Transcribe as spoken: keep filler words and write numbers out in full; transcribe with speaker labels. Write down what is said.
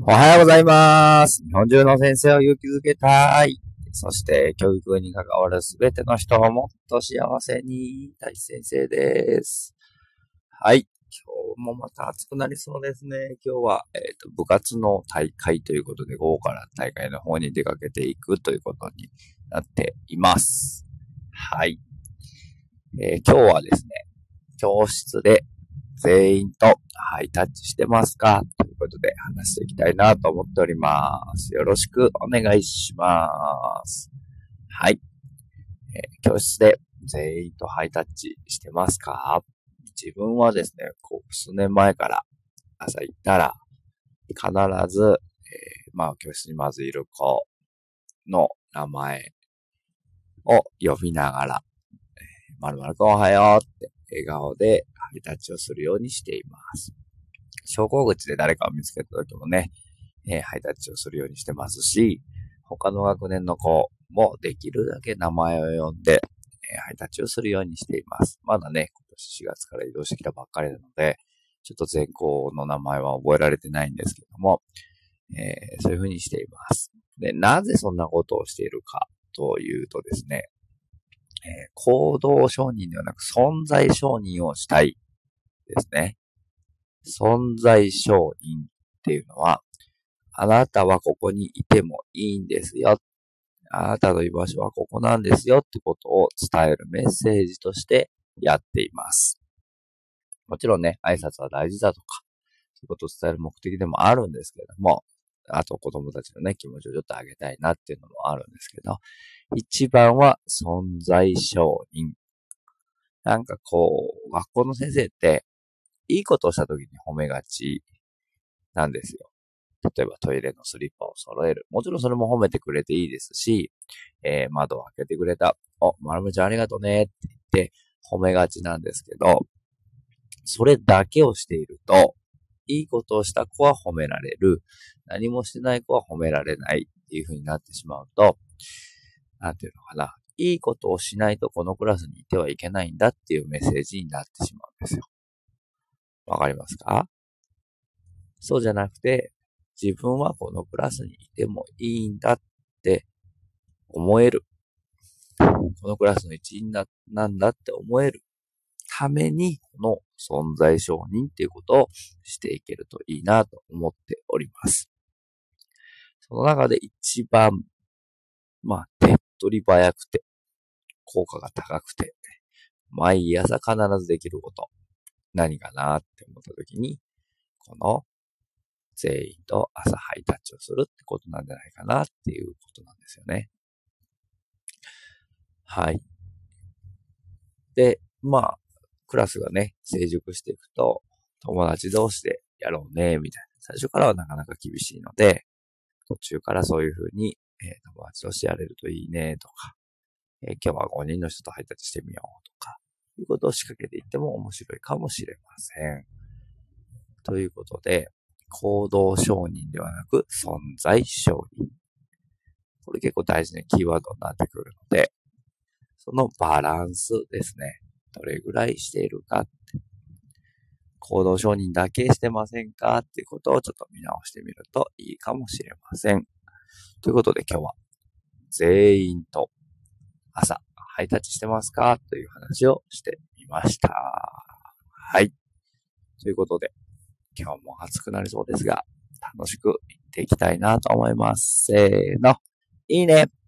Speaker 1: おはようございます。日本中の先生を勇気づけたい。そして教育に関わるすべての人をもっと幸せに大先生です。はい。今日もまた暑くなりそうですね。今日は、えーと、部活の大会ということで午後から大会の方に出かけていくということになっています。はい。えー、今日はですね、教室で全員とハイタッチしてますかということで話していきたいなと思っております。よろしくお願いします。はい。えー、教室で全員とハイタッチしてますか？自分はですね、こう数年前から朝行ったら必ず、えー、まあ教室にまずいる子の名前を呼びながら、えー、〇〇くんおはようって笑顔でハイタッチをするようにしています。昇降口で誰かを見つけた時もね、えー、ハイタッチをするようにしてますし、他の学年の子もできるだけ名前を呼んで、えー、ハイタッチをするようにしています。まだね、今年しがつから移動してきたばっかりなので、ちょっと全校の名前は覚えられてないんですけども、えー、そういう風にしています。で、なぜそんなことをしているかというとですね、えー、行動承認ではなく存在承認をしたいですね。存在承認っていうのは、あなたはここにいてもいいんですよ。あなたの居場所はここなんですよってことを伝えるメッセージとしてやっています。もちろんね、挨拶は大事だとか、そういうことを伝える目的でもあるんですけれども、あと子供たちのね、気持ちをちょっと上げたいなっていうのもあるんですけど、一番は存在承認。なんかこう、学校の先生って、いいことをした時に褒めがちなんですよ。例えばトイレのスリッパを揃える。もちろんそれも褒めてくれていいですし、えー、窓を開けてくれた。お、まるむちゃんありがとうねって言って褒めがちなんですけど、それだけをしていると、いいことをした子は褒められる。何もしてない子は褒められないっていう風になってしまうと、なんていうのかな。いいことをしないとこのクラスにいてはいけないんだっていうメッセージになってしまうんですよ。わかりますか？そうじゃなくて、自分はこのクラスにいてもいいんだって思える。このクラスの一員なんだって思えるために、この存在承認っていうことをしていけるといいなと思っております。その中で一番、まあ、手っ取り早くて、効果が高くて、毎朝必ずできること、何かなって思ったときに、この全員と朝ハイタッチをするってことなんじゃないかなっていうことなんですよね。はい。で、まあ、クラスがね、成熟していくと、友達同士でやろうね、みたいな。最初からはなかなか厳しいので、途中からそういう風に、えー、友達同士やれるといいね、とか、えー、今日はごにんの人とハイタッチしてみよう、とか、いうことを仕掛けていっても面白いかもしれません。ということで、行動承認ではなく存在承認。これ結構大事なキーワードになってくるので、そのバランスですね。どれぐらいしているかって。行動承認だけしてませんかっていうことをちょっと見直してみるといいかもしれません。ということで今日は全員と朝ハイタッチしてますかという話をしてみました。はい。ということで今日も暑くなりそうですが楽しく行っていきたいなと思います。せーの。いいね。